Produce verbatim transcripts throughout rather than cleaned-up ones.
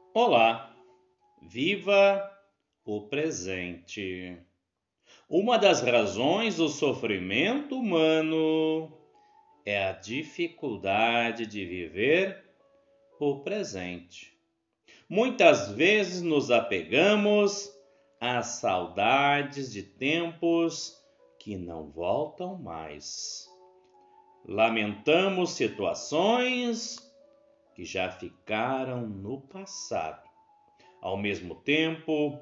Olá, viva o presente. Uma das razões do sofrimento humano é a dificuldade de viver o presente. Muitas vezes nos apegamos às saudades de tempos que não voltam mais. Lamentamos situações que já ficaram no passado. Ao mesmo tempo,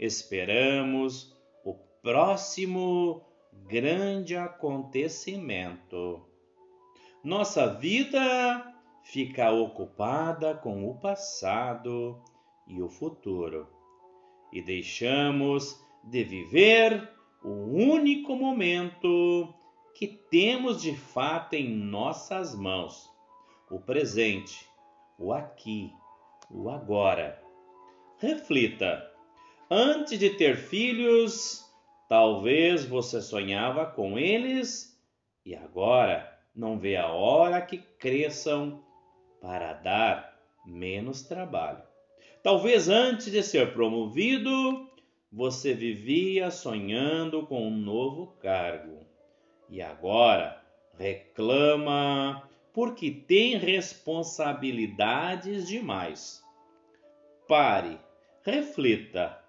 esperamos o próximo grande acontecimento. Nossa vida fica ocupada com o passado e o futuro, e deixamos de viver o único momento que temos de fato em nossas mãos: o presente, o aqui, o agora. Reflita. Antes de ter filhos, talvez você sonhava com eles e agora não vê a hora que cresçam para dar menos trabalho. Talvez antes de ser promovido, você vivia sonhando com um novo cargo e agora reclama porque tem responsabilidades demais. Pare, reflita,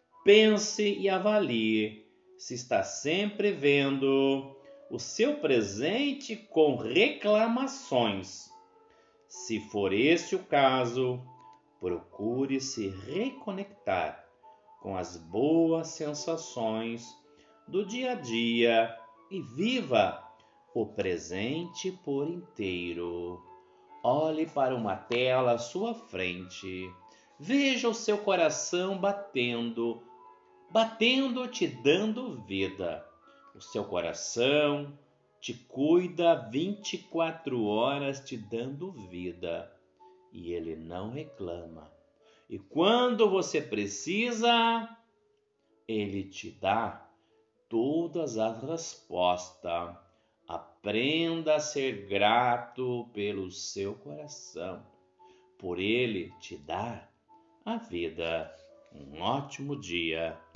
pense e avalie se está sempre vendo o seu presente com reclamações. Se for esse o caso, procure se reconectar com as boas sensações do dia a dia e viva o presente por inteiro. Olhe para uma tela à sua frente. Veja o seu coração batendo, batendo, te dando vida. O seu coração te cuida vinte e quatro horas, te dando vida. E ele não reclama. E quando você precisa, ele te dá todas as respostas. Aprenda a ser grato pelo seu coração, por ele te dar a vida. Um ótimo dia.